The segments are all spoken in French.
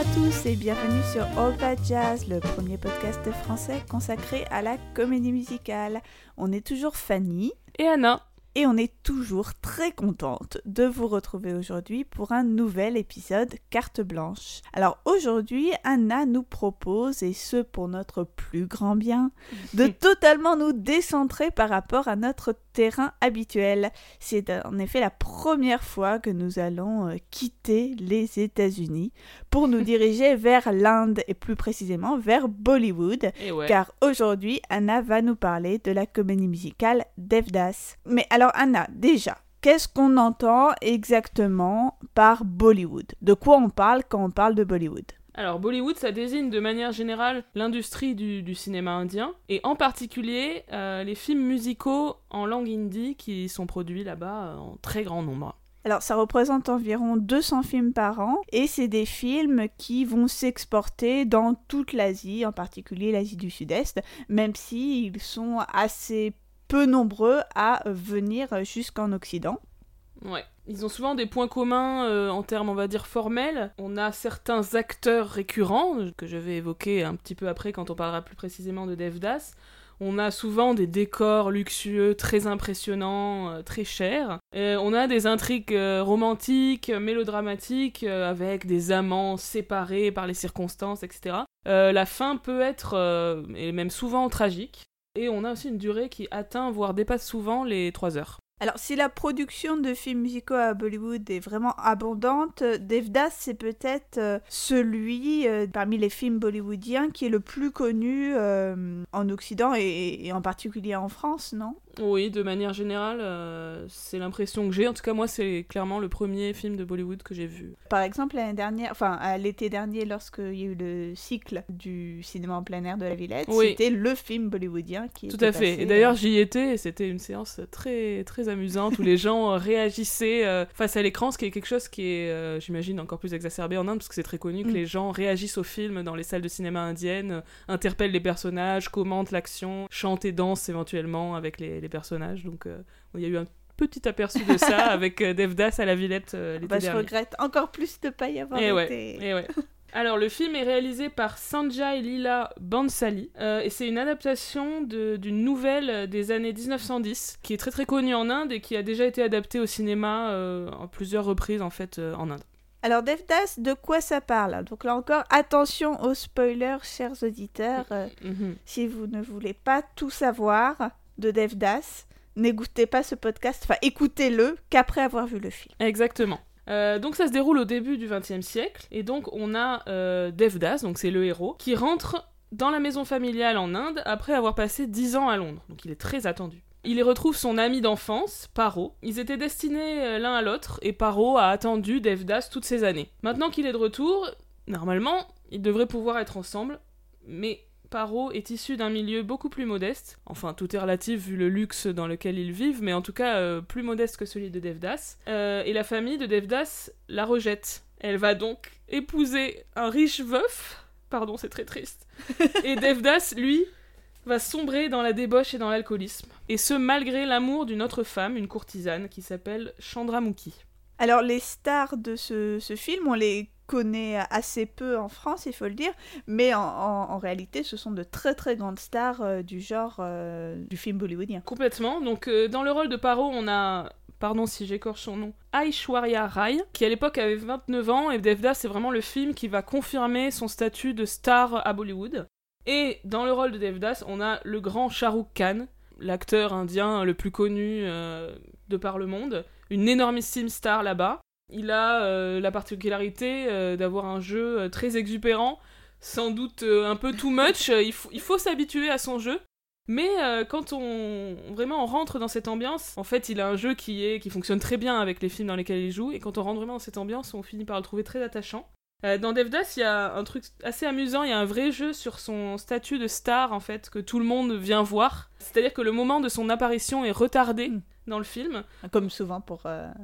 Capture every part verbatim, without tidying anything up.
tous et bienvenue sur All That Jazz, le premier podcast français consacré à la comédie musicale. On est toujours Fanny et Anna. Et on est toujours très contente de vous retrouver aujourd'hui pour un nouvel épisode Carte Blanche. Alors aujourd'hui, Anna nous propose, et ce pour notre plus grand bien, de totalement nous décentrer par rapport à notre terrain habituel. C'est en effet la première fois que nous allons euh, quitter les États-Unis pour nous diriger vers l'Inde et plus précisément vers Bollywood. Et ouais. Car aujourd'hui, Anna va nous parler de la comédie musicale Devdas. Mais alors Anna, déjà, qu'est-ce qu'on entend exactement par Bollywood ? De quoi on parle quand on parle de Bollywood ? Alors, Bollywood, ça désigne de manière générale l'industrie du, du cinéma indien, et en particulier euh, les films musicaux en langue hindi qui sont produits là-bas euh, en très grand nombre. Alors, ça représente environ deux cents films par an, et c'est des films qui vont s'exporter dans toute l'Asie, en particulier l'Asie du Sud-Est, même s'ils sont assez peu nombreux à venir jusqu'en Occident. Ouais. Ils ont souvent des points communs euh, en termes, on va dire, formels. On a certains acteurs récurrents, que je vais évoquer un petit peu après quand on parlera plus précisément de Devdas. On a souvent des décors luxueux, très impressionnants, euh, très chers. Euh, on a des intrigues euh, romantiques, mélodramatiques, euh, avec des amants séparés par les circonstances, et cetera. Euh, la fin peut être, euh, et même souvent, tragique. Et on a aussi une durée qui atteint, voire dépasse souvent les trois heures. Alors, si la production de films musicaux à Bollywood est vraiment abondante, Devdas, c'est peut-être euh, celui euh, parmi les films bollywoodiens qui est le plus connu euh, en Occident et, et en particulier en France, non ? Oui, de manière générale, euh, c'est l'impression que j'ai. En tout cas, moi, c'est clairement le premier film de Bollywood que j'ai vu. Par exemple, l'année dernière, enfin, à l'été dernier, lorsqu'il y a eu le cycle du cinéma en plein air de la Villette, oui. C'était le film bollywoodien qui Tout était à fait. passé, Et d'ailleurs, euh... j'y étais et c'était une séance très, très amusante où les gens réagissaient euh, face à l'écran, ce qui est quelque chose qui est, euh, j'imagine, encore plus exacerbé en Inde, parce que c'est très connu que mm. les gens réagissent au film dans les salles de cinéma indiennes, euh, interpellent les personnages, commentent l'action, chantent et dansent éventuellement avec les, les personnages. Donc, euh, il y a eu un petit aperçu de ça avec euh, Devdas à la Villette euh, l'été bah, dernier. Je regrette encore plus de ne pas y avoir et été. Ouais, et ouais. Alors, le film est réalisé par Sanjay Leela Bhansali, euh, et c'est une adaptation de, d'une nouvelle des années dix-neuf cent dix, qui est très très connue en Inde et qui a déjà été adaptée au cinéma euh, en plusieurs reprises en fait euh, en Inde. Alors Devdas, de quoi ça parle ? Donc là encore, attention aux spoilers, chers auditeurs. Euh, mm-hmm. Si vous ne voulez pas tout savoir de Devdas, n'écoutez pas ce podcast, enfin écoutez-le qu'après avoir vu le film. Exactement. Euh, donc ça se déroule au début du vingtième siècle, et donc on a euh, Devdas, donc c'est le héros, qui rentre dans la maison familiale en Inde après avoir passé dix ans à Londres, donc il est très attendu. Il y retrouve son ami d'enfance, Paro. Ils étaient destinés euh, l'un à l'autre, et Paro a attendu Devdas toutes ces années. Maintenant qu'il est de retour, normalement, ils devraient pouvoir être ensemble, mais Paro est issu d'un milieu beaucoup plus modeste, enfin tout est relatif vu le luxe dans lequel ils vivent, mais en tout cas euh, plus modeste que celui de Devdas, euh, et la famille de Devdas la rejette. Elle va donc épouser un riche veuf, pardon c'est très triste, et Devdas, lui, va sombrer dans la débauche et dans l'alcoolisme, et ce malgré l'amour d'une autre femme, une courtisane, qui s'appelle Chandramukhi. Alors les stars de ce, ce film, on les connaît assez peu en France, il faut le dire, mais en, en, en réalité, ce sont de très très grandes stars euh, du genre euh, du film bollywoodien. Complètement. Donc, euh, dans le rôle de Paro, on a, pardon si j'écorche son nom, Aishwarya Rai, qui à l'époque avait vingt-neuf ans, et Devdas, c'est vraiment le film qui va confirmer son statut de star à Bollywood. Et dans le rôle de Devdas, on a le grand Shah Rukh Khan, l'acteur indien le plus connu euh, de par le monde, une énormissime star là-bas. Il a euh, la particularité euh, d'avoir un jeu euh, très exubérant, sans doute euh, un peu too much, il, f- il faut s'habituer à son jeu, mais euh, quand on vraiment on rentre dans cette ambiance, en fait il a un jeu qui, est, qui fonctionne très bien avec les films dans lesquels il joue, et quand on rentre vraiment dans cette ambiance, on finit par le trouver très attachant. Euh, dans Devdas, il y a un truc assez amusant, il y a un vrai jeu sur son statut de star, en fait, que tout le monde vient voir, c'est-à-dire que le moment de son apparition est retardé mmh. dans le film. Comme souvent pour... Euh...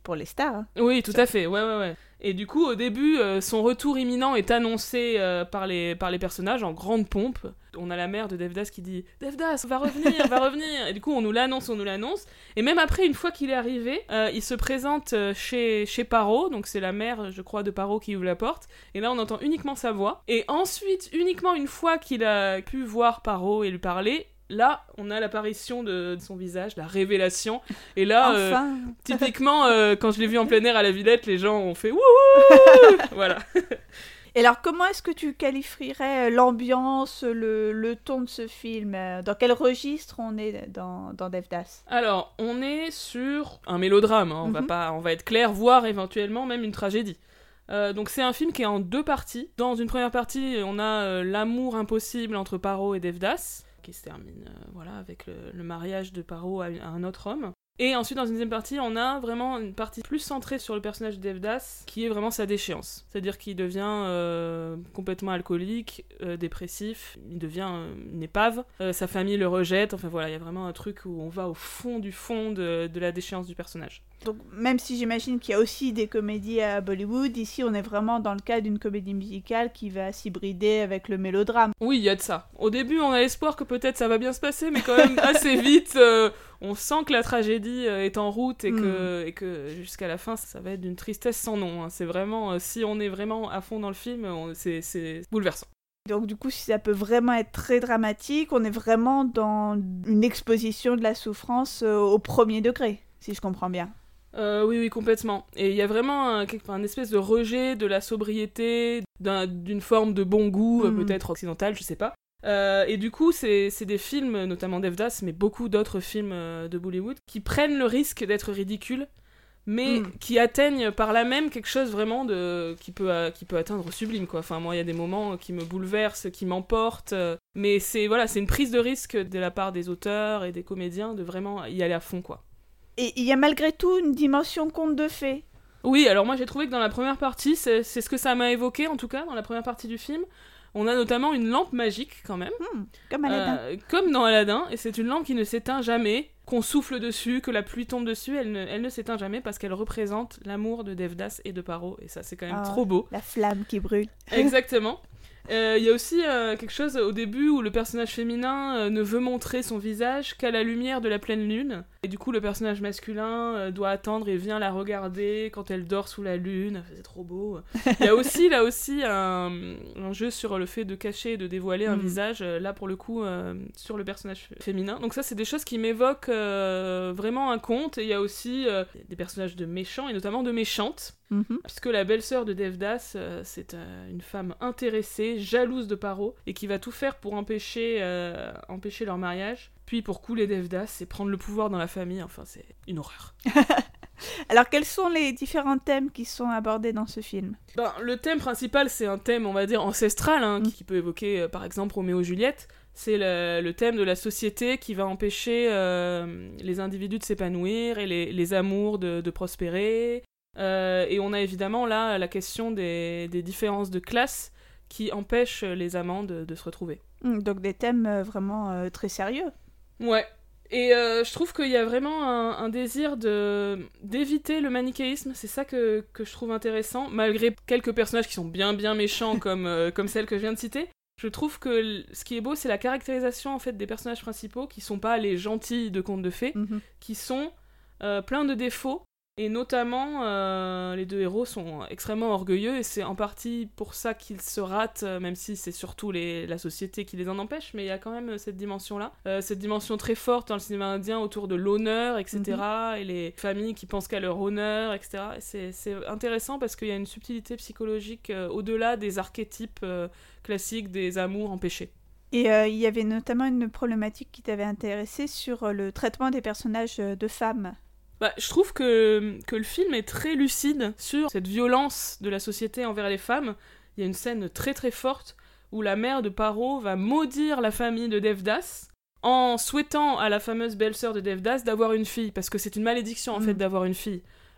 pour les stars. Hein. Oui, tout à fait, ouais, ouais, ouais. Et du coup, au début, euh, son retour imminent est annoncé euh, par, les, par les personnages en grande pompe. On a la mère de Devdas qui dit « Devdas, va revenir, va revenir !» Et du coup, on nous l'annonce, on nous l'annonce. Et même après, une fois qu'il est arrivé, euh, il se présente chez, chez Paro, donc c'est la mère, je crois, de Paro qui ouvre la porte. Et là, on entend uniquement sa voix. Et ensuite, uniquement une fois qu'il a pu voir Paro et lui parler, là, on a l'apparition de son visage, la révélation. Et là, enfin. euh, typiquement, euh, quand je l'ai vu en plein air à la Villette, les gens ont fait « Wouhou !» Voilà. Et alors, comment est-ce que tu qualifierais l'ambiance, le, le ton de ce film ? Dans quel registre on est dans, dans Devdas ? Alors, on est sur un mélodrame, hein, on, mm-hmm. va pas, on va être clair, voire éventuellement même une tragédie. Euh, donc c'est un film qui est en deux parties. Dans une première partie, on a euh, l'amour impossible entre Paro et Devdas, qui se termine euh, voilà, avec le, le mariage de Paro à, à un autre homme. Et ensuite, dans une deuxième partie, on a vraiment une partie plus centrée sur le personnage de Devdas, qui est vraiment sa déchéance. C'est-à-dire qu'il devient euh, complètement alcoolique, euh, dépressif, il devient euh, une épave, euh, sa famille le rejette, enfin voilà, il y a vraiment un truc où on va au fond du fond de, de la déchéance du personnage. Donc même si j'imagine qu'il y a aussi des comédies à Bollywood, ici on est vraiment dans le cas d'une comédie musicale qui va s'hybrider avec le mélodrame. Oui, il y a de ça. Au début, on a l'espoir que peut-être ça va bien se passer, mais quand même assez vite... Euh, on sent que la tragédie euh, est en route et que, mm. et que jusqu'à la fin, ça va être d'une tristesse sans nom. Hein. C'est vraiment, euh, si on est vraiment à fond dans le film, on, c'est, c'est bouleversant. Donc du coup, si ça peut vraiment être très dramatique, on est vraiment dans une exposition de la souffrance euh, au premier degré, si je comprends bien. Euh, oui, oui, complètement. Et il y a vraiment un, un espèce de rejet de la sobriété, d'un, d'une forme de bon goût, mm. euh, peut-être occidental, je sais pas. Euh, et du coup, c'est, c'est des films, notamment Devdas, mais beaucoup d'autres films euh, de Bollywood, qui prennent le risque d'être ridicules, mais mm. qui atteignent par là même quelque chose vraiment de qui peut, euh, qui peut atteindre au sublime, quoi. Enfin, moi, il y a des moments qui me bouleversent, qui m'emportent, euh, mais c'est, voilà, c'est une prise de risque de la part des auteurs et des comédiens de vraiment y aller à fond, quoi. Et il y a malgré tout une dimension conte de fées. Oui, alors moi, j'ai trouvé que dans la première partie, c'est, c'est ce que ça m'a évoqué, en tout cas, dans la première partie du film. On a notamment une lampe magique, quand même. Mmh, comme Aladdin. Euh, comme dans Aladdin, et c'est une lampe qui ne s'éteint jamais, qu'on souffle dessus, que la pluie tombe dessus, elle ne, elle ne s'éteint jamais parce qu'elle représente l'amour de Devdas et de Paro, et ça, c'est quand même oh, trop beau. La flamme qui brûle. Exactement. Il euh, y a aussi euh, quelque chose au début où le personnage féminin euh, ne veut montrer son visage qu'à la lumière de la pleine lune. Et du coup, le personnage masculin euh, doit attendre et vient la regarder quand elle dort sous la lune. C'est trop beau. Il y a aussi, là aussi, un, un jeu sur le fait de cacher et de dévoiler un mmh. visage, euh, là pour le coup, euh, sur le personnage féminin. Donc ça, c'est des choses qui m'évoquent euh, vraiment un conte. Et il y a aussi euh, des personnages de méchants, et notamment de méchantes. Mm-hmm. Puisque la belle-sœur de Devdas, euh, c'est euh, une femme intéressée, jalouse de Paro, et qui va tout faire pour empêcher, euh, empêcher leur mariage. Puis pour couler Devdas, c'est prendre le pouvoir dans la famille, enfin c'est une horreur. Alors quels sont les différents thèmes qui sont abordés dans ce film ? Ben, le thème principal, c'est un thème, on va dire, ancestral, hein, mm. qui, qui peut évoquer euh, par exemple Roméo et Juliette. C'est le, le thème de la société qui va empêcher euh, les individus de s'épanouir et les, les amours de, de prospérer. Euh, et on a évidemment là la question des, des différences de classe qui empêchent les amants de, de se retrouver. Mmh, donc des thèmes euh, vraiment euh, très sérieux. Ouais. Et euh, je trouve qu'il y a vraiment un, un désir de, d'éviter le manichéisme, c'est ça que, que je trouve intéressant, malgré quelques personnages qui sont bien bien méchants comme, euh, comme celle que je viens de citer. Je trouve que l- ce qui est beau, c'est la caractérisation en fait, des personnages principaux, qui sont pas les gentils de contes de fées, mmh. qui sont euh, pleins de défauts. Et notamment, euh, les deux héros sont extrêmement orgueilleux, et c'est en partie pour ça qu'ils se ratent, euh, même si c'est surtout les, la société qui les en empêche, mais il y a quand même cette dimension-là. Euh, cette dimension très forte dans le cinéma indien autour de l'honneur, et cetera, mm-hmm. et les familles qui pensent qu'à leur honneur, et cetera. Et c'est, c'est intéressant parce qu'il y a une subtilité psychologique euh, au-delà des archétypes euh, classiques des amours empêchés. Et euh, il y avait notamment une problématique qui t'avait intéressée sur le traitement des personnages de femmes. Bah, je trouve que, que le film est très lucide sur cette violence de la société envers les femmes. Il y a une scène très très forte où la mère de Paro va maudire la famille de Devdas en souhaitant à la fameuse belle-sœur de Devdas d'avoir une fille, parce que c'est une malédiction en mmh. fait d'avoir une fille.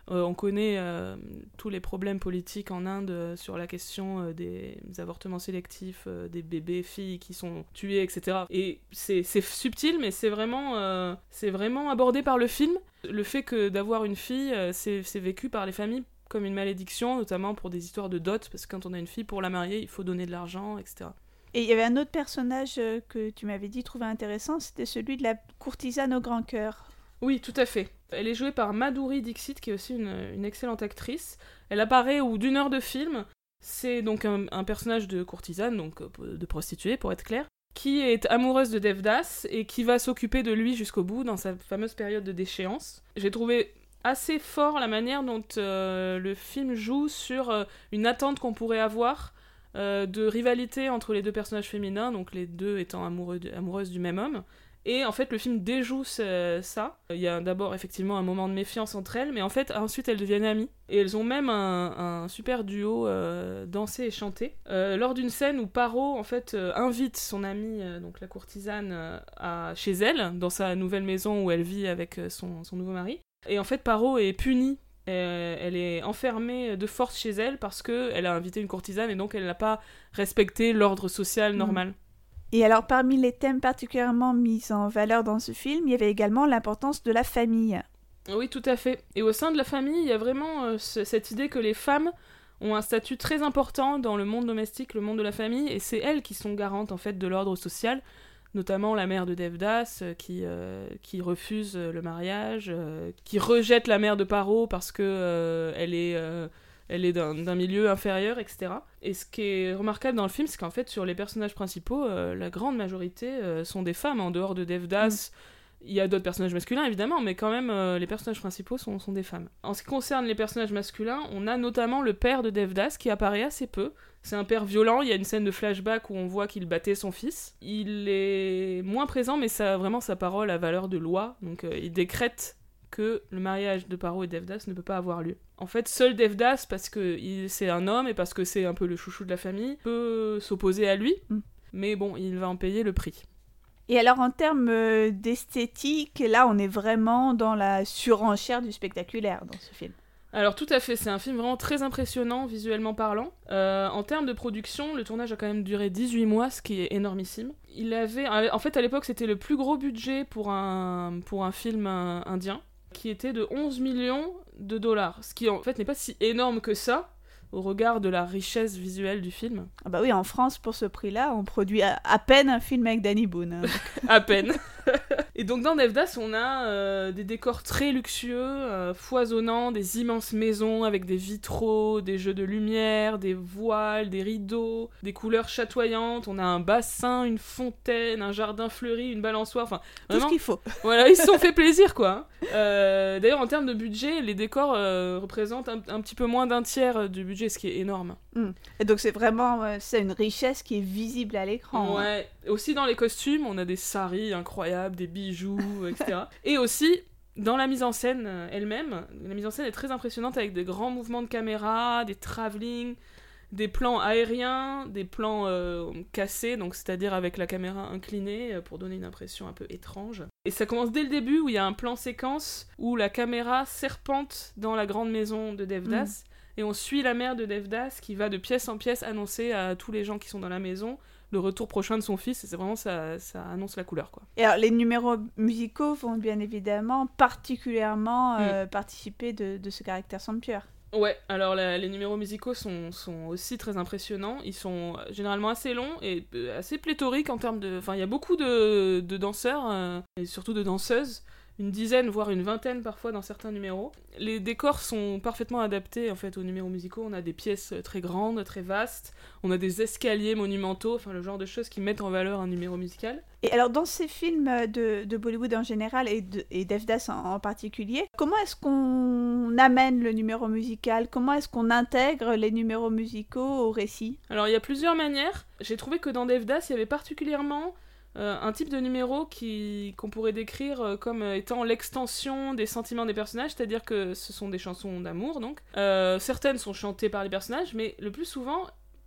Euh, on connaît euh, tous les problèmes politiques en Inde euh, sur la question euh, des avortements sélectifs, euh, des bébés, filles qui sont tués, et cetera. Et c'est, c'est subtil, mais c'est vraiment, euh, c'est vraiment abordé par le film. Le fait que d'avoir une fille, euh, c'est, c'est vécu par les familles comme une malédiction, notamment pour des histoires de dot, parce que quand on a une fille, pour la marier, il faut donner de l'argent, et cetera. Et il y avait un autre personnage euh, que tu m'avais dit trouver intéressant, c'était celui de la courtisane au grand cœur. Oui, tout à fait. Elle est jouée par Madhuri Dixit, qui est aussi une, une excellente actrice. Elle apparaît au bout d'une heure de film. C'est donc un, un personnage de courtisane, donc de prostituée pour être clair, qui est amoureuse de Devdas et qui va s'occuper de lui jusqu'au bout dans sa fameuse période de déchéance. J'ai trouvé assez fort la manière dont euh, le film joue sur euh, une attente qu'on pourrait avoir euh, de rivalité entre les deux personnages féminins, donc les deux étant amoureux de, amoureuses du même homme. Et en fait, le film déjoue ce, ça. Il y a d'abord effectivement un moment de méfiance entre elles, mais en fait, ensuite, elles deviennent amies. Et elles ont même un, un super duo euh, dansé et chanté. Euh, lors d'une scène où Paro, en fait, euh, invite son amie, euh, donc la courtisane, euh, à, chez elle, dans sa nouvelle maison où elle vit avec euh, son, son nouveau mari. Et en fait, Paro est punie. Euh, elle est enfermée de force chez elle parce qu'elle a invité une courtisane et donc elle n'a pas respecté l'ordre social normal. Mmh. Et alors, parmi les thèmes particulièrement mis en valeur dans ce film, il y avait également l'importance de la famille. Oui, tout à fait. Et au sein de la famille, il y a vraiment euh, ce, cette idée que les femmes ont un statut très important dans le monde domestique, le monde de la famille, et c'est elles qui sont garantes, en fait, de l'ordre social, notamment la mère de Devdas, euh, qui, euh, qui refuse le mariage, euh, qui rejette la mère de Paro parce que euh, elle est... Euh, elle est d'un, d'un milieu inférieur, et cetera. Et ce qui est remarquable dans le film, c'est qu'en fait, sur les personnages principaux, euh, la grande majorité euh, sont des femmes. En dehors de Devdas, il mm. y a d'autres personnages masculins, évidemment, mais quand même, euh, les personnages principaux sont, sont des femmes. En ce qui concerne les personnages masculins, on a notamment le père de Devdas, qui apparaît assez peu. C'est un père violent, il y a une scène de flashback où on voit qu'il battait son fils. Il est moins présent, mais ça, vraiment, sa parole a valeur de loi. Donc, euh, il décrète que le mariage de Paro et Devdas ne peut pas avoir lieu. En fait, seul Devdas, parce que il, c'est un homme et parce que c'est un peu le chouchou de la famille, peut s'opposer à lui, mm. mais bon, il va en payer le prix. Et alors, en termes d'esthétique, là, on est vraiment dans la surenchère du spectaculaire dans ce film. Alors tout à fait, c'est un film vraiment très impressionnant, visuellement parlant. Euh, en termes de production, le tournage a quand même duré dix-huit mois, ce qui est énormissime. Il avait, en fait, à l'époque, c'était le plus gros budget pour un, pour un film indien, qui était de onze millions de dollars, ce qui en fait n'est pas si énorme que ça, au regard de la richesse visuelle du film. Ah bah oui, en France, pour ce prix-là, on produit à, à peine un film avec Danny Boone. Hein. À peine. Et donc dans Devdas, on a euh, des décors très luxueux, euh, foisonnants, des immenses maisons avec des vitraux, des jeux de lumière, des voiles, des rideaux, des couleurs chatoyantes. On a un bassin, une fontaine, un jardin fleuri, une balançoire, enfin tout ce qu'il faut. Voilà, ils se sont fait plaisir quoi. Euh, d'ailleurs, en termes de budget, les décors euh, représentent un, un petit peu moins d'un tiers du budget, ce qui est énorme. Mmh. Et donc c'est vraiment euh, c'est une richesse qui est visible à l'écran. Ouais. Hein. Aussi dans les costumes, on a des saris incroyables, des bijoux, et cetera. Et aussi dans la mise en scène euh, elle-même, la mise en scène est très impressionnante avec des grands mouvements de caméra, des travelling, des plans aériens, des plans euh, cassés, donc c'est-à-dire avec la caméra inclinée euh, pour donner une impression un peu étrange. Et ça commence dès le début où il y a un plan séquence où la caméra serpente dans la grande maison de Devdas. Mmh. Et on suit la mère de Devdas qui va de pièce en pièce annoncer à tous les gens qui sont dans la maison le retour prochain de son fils. Et c'est vraiment, ça, ça annonce la couleur, quoi. Et alors, les numéros musicaux vont bien évidemment particulièrement euh, mm. participer de, de ce caractère somptueux. Ouais, alors la, les numéros musicaux sont, sont aussi très impressionnants. Ils sont généralement assez longs et assez pléthoriques en termes de... Enfin, il y a beaucoup de, de danseurs, euh, et surtout de danseuses. Une dizaine, voire une vingtaine parfois dans certains numéros. Les décors sont parfaitement adaptés en fait aux numéros musicaux. On a des pièces très grandes, très vastes. On a des escaliers monumentaux, enfin le genre de choses qui mettent en valeur un numéro musical. Et alors dans ces films de, de Bollywood en général et, de, et Devdas en, en particulier, comment est-ce qu'on amène le numéro musical ? Comment est-ce qu'on intègre les numéros musicaux au récit ? Alors il y a plusieurs manières. J'ai trouvé que dans Devdas, il y avait particulièrement... Euh, un type de numéro qui, qu'on pourrait décrire euh, comme étant l'extension des sentiments des personnages, c'est-à-dire que ce sont des chansons d'amour, donc. Euh, certaines sont chantées par les personnages, mais le plus souvent,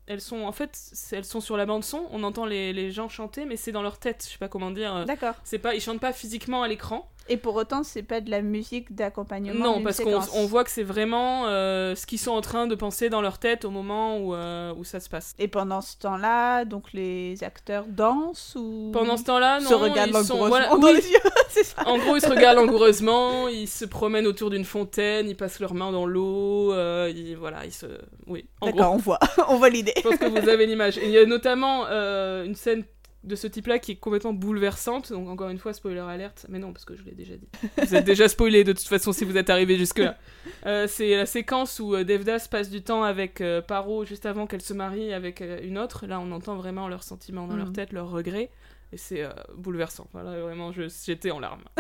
elles sont en fait elles sont sur la bande son, on entend les, les gens chanter mais c'est dans leur tête, je sais pas comment dire. D'accord. C'est pas, ils chantent pas physiquement à l'écran. Et pour autant, c'est pas de la musique d'accompagnement. Non, d'une parce séquence. qu'on on voit que c'est vraiment euh, ce qu'ils sont en train de penser dans leur tête au moment où, euh, où ça se passe. Et pendant ce temps-là, donc les acteurs dansent ou Pendant ce temps-là, non, se regardent ils langoureusement sont voilà, dans oui. les yeux, c'est ça. En gros, ils se regardent langoureusement, ils se promènent autour d'une fontaine, ils passent leurs mains dans l'eau, euh, ils, voilà, ils se, oui. En D'accord, gros, on voit, on voit l'idée. je pense que vous avez l'image. Et il y a notamment euh, une scène de ce type-là qui est complètement bouleversante, donc encore une fois, spoiler alerte, mais non, parce que je l'ai déjà dit. Vous êtes déjà spoilé de toute façon si vous êtes arrivé jusque-là. Euh, c'est la séquence où euh, Devdas passe du temps avec euh, Paro juste avant qu'elle se marie avec euh, une autre. Là, on entend vraiment leurs sentiments dans mmh. leur tête, leurs regrets, et c'est euh, bouleversant. Voilà, vraiment, je, j'étais en larmes.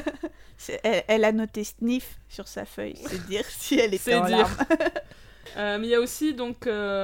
c'est, elle, elle a noté sniff sur sa feuille, c'est dire si elle était C'est en dire. larmes. Euh, mais il y a aussi donc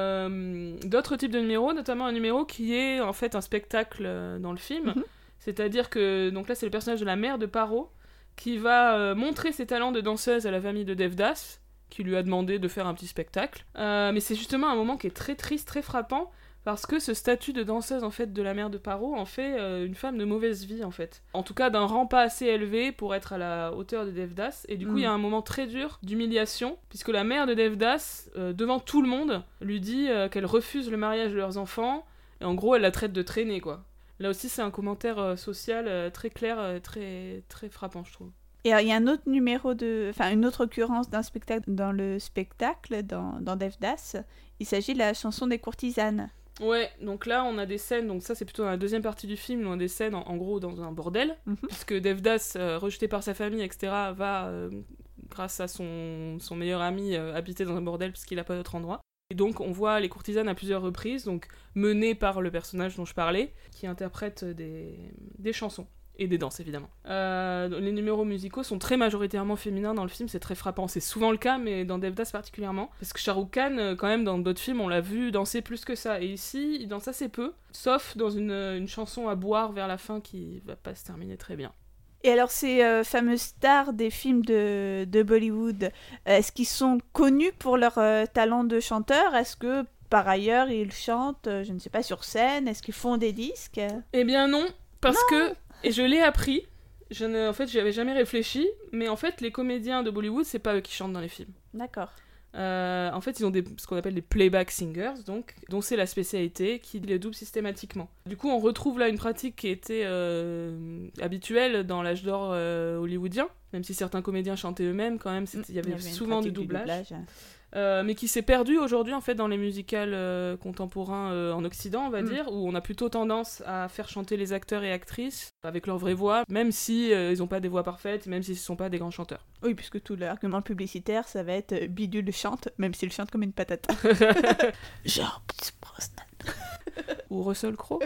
euh, d'autres types de numéros, notamment un numéro qui est en fait un spectacle euh, dans le film. Mm-hmm. C'est-à-dire que donc là c'est le personnage de la mère de Paro qui va euh, montrer ses talents de danseuse à la famille de Devdas, qui lui a demandé de faire un petit spectacle. Euh, mais c'est justement un moment qui est très triste, très frappant, parce que ce statut de danseuse en fait de la mère de Paro en fait euh, une femme de mauvaise vie en fait. En tout cas d'un rang pas assez élevé pour être à la hauteur de Devdas, et du coup il mm. y a un moment très dur d'humiliation, puisque la mère de Devdas, euh, devant tout le monde, lui dit euh, qu'elle refuse le mariage de leurs enfants, et en gros elle la traite de traînée quoi. Là aussi c'est un commentaire euh, social euh, très clair, euh, très, très frappant je trouve. Et il y a un autre numéro de... Enfin, une autre occurrence d'un spectacle dans le spectacle, dans, dans Devdas. Il s'agit de la chanson des courtisanes. Ouais, donc là on a des scènes, donc ça c'est plutôt dans la deuxième partie du film, on a des scènes en, en gros dans un bordel, mm-hmm. puisque Devdas, euh, rejeté par sa famille, et cetera, va, euh, grâce à son, son meilleur ami, euh, habiter dans un bordel parce qu'il n'a pas d'autre endroit. Et donc on voit les courtisanes à plusieurs reprises, donc menées par le personnage dont je parlais, qui interprète des, des chansons. Et des danses, évidemment. Euh, les numéros musicaux sont très majoritairement féminins dans le film, c'est très frappant. C'est souvent le cas, mais dans Devdas particulièrement. Parce que Shah Rukh Khan, quand même, dans d'autres films, on l'a vu danser plus que ça. Et ici, il danse assez peu, sauf dans une, une chanson à boire vers la fin qui va pas se terminer très bien. Et alors, ces euh, fameuses stars des films de, de Bollywood, euh, est-ce qu'ils sont connus pour leur euh, talent de chanteur ? Est-ce que, par ailleurs, ils chantent, euh, je ne sais pas, sur scène ? Est-ce qu'ils font des disques ? Eh bien non, parce non. que... Et je l'ai appris, je ne, en fait j'y avais jamais réfléchi, mais en fait les comédiens de Bollywood, c'est pas eux qui chantent dans les films. D'accord. Euh, en fait ils ont des, ce qu'on appelle des playback singers, donc, dont c'est la spécialité, qui les doublent systématiquement. Du coup on retrouve là une pratique qui était euh, habituelle dans l'âge d'or euh, hollywoodien, même si certains comédiens chantaient eux-mêmes quand même, il y avait, y avait souvent du doublage. Du doublage. Euh, mais qui s'est perdu aujourd'hui en fait dans les musicals euh, contemporains euh, en Occident on va mm. dire, où on a plutôt tendance à faire chanter les acteurs et actrices avec leur vraie voix, même si euh, ils n'ont pas des voix parfaites, même s'ils ne sont pas des grands chanteurs. Oui, puisque tout l'argument publicitaire ça va être euh, Bidule chante, même s'il chante comme une patate. Genre Pierce Brosnan. Ou Russell Crowe.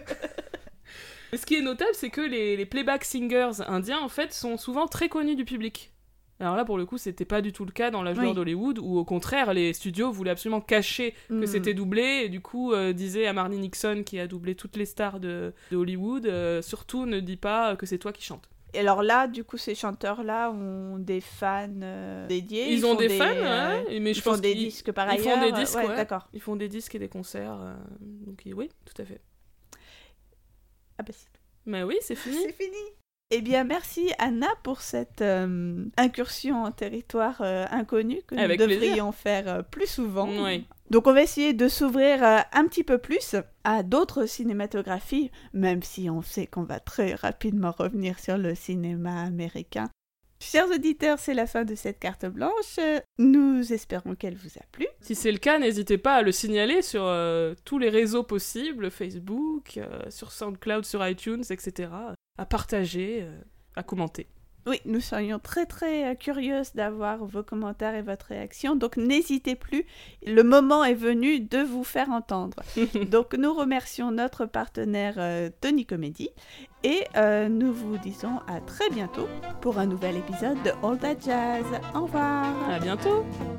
Ce qui est notable, c'est que les, les playback singers indiens en fait sont souvent très connus du public. Alors là, pour le coup, c'était pas du tout le cas dans l'âge d'or oui. d'Hollywood, où au contraire, les studios voulaient absolument cacher que mmh. c'était doublé, et du coup, euh, disaient à Marni Nixon, qui a doublé toutes les stars de, de Hollywood, euh, surtout ne dis pas que c'est toi qui chantes. Et alors là, du coup, ces chanteurs-là ont des fans euh, dédiés. Ils, ils ont des, des fans, euh, ouais, mais je ils pense font des disques par ailleurs. Ils font des disques, ouais, ouais. D'accord. Ils font des disques et des concerts, euh, donc oui, tout à fait. Ah bah c'est tout. Mais oui, c'est fini. C'est fini. Eh bien, merci Anna pour cette euh, incursion en territoire euh, inconnu que Avec nous devrions plaisir. faire euh, plus souvent. Oui. Donc on va essayer de s'ouvrir euh, un petit peu plus à d'autres cinématographies, même si on sait qu'on va très rapidement revenir sur le cinéma américain. Chers auditeurs, c'est la fin de cette carte blanche. Nous espérons qu'elle vous a plu. Si c'est le cas, n'hésitez pas à le signaler sur euh, tous les réseaux possibles, Facebook, euh, sur SoundCloud, sur iTunes, et cetera. À partager, euh, à commenter. Oui, nous serions très très curieuses d'avoir vos commentaires et votre réaction, donc n'hésitez plus, le moment est venu de vous faire entendre. Donc nous remercions notre partenaire euh, Tony Comedy et euh, nous vous disons à très bientôt pour un nouvel épisode de All That Jazz. Au revoir. À bientôt.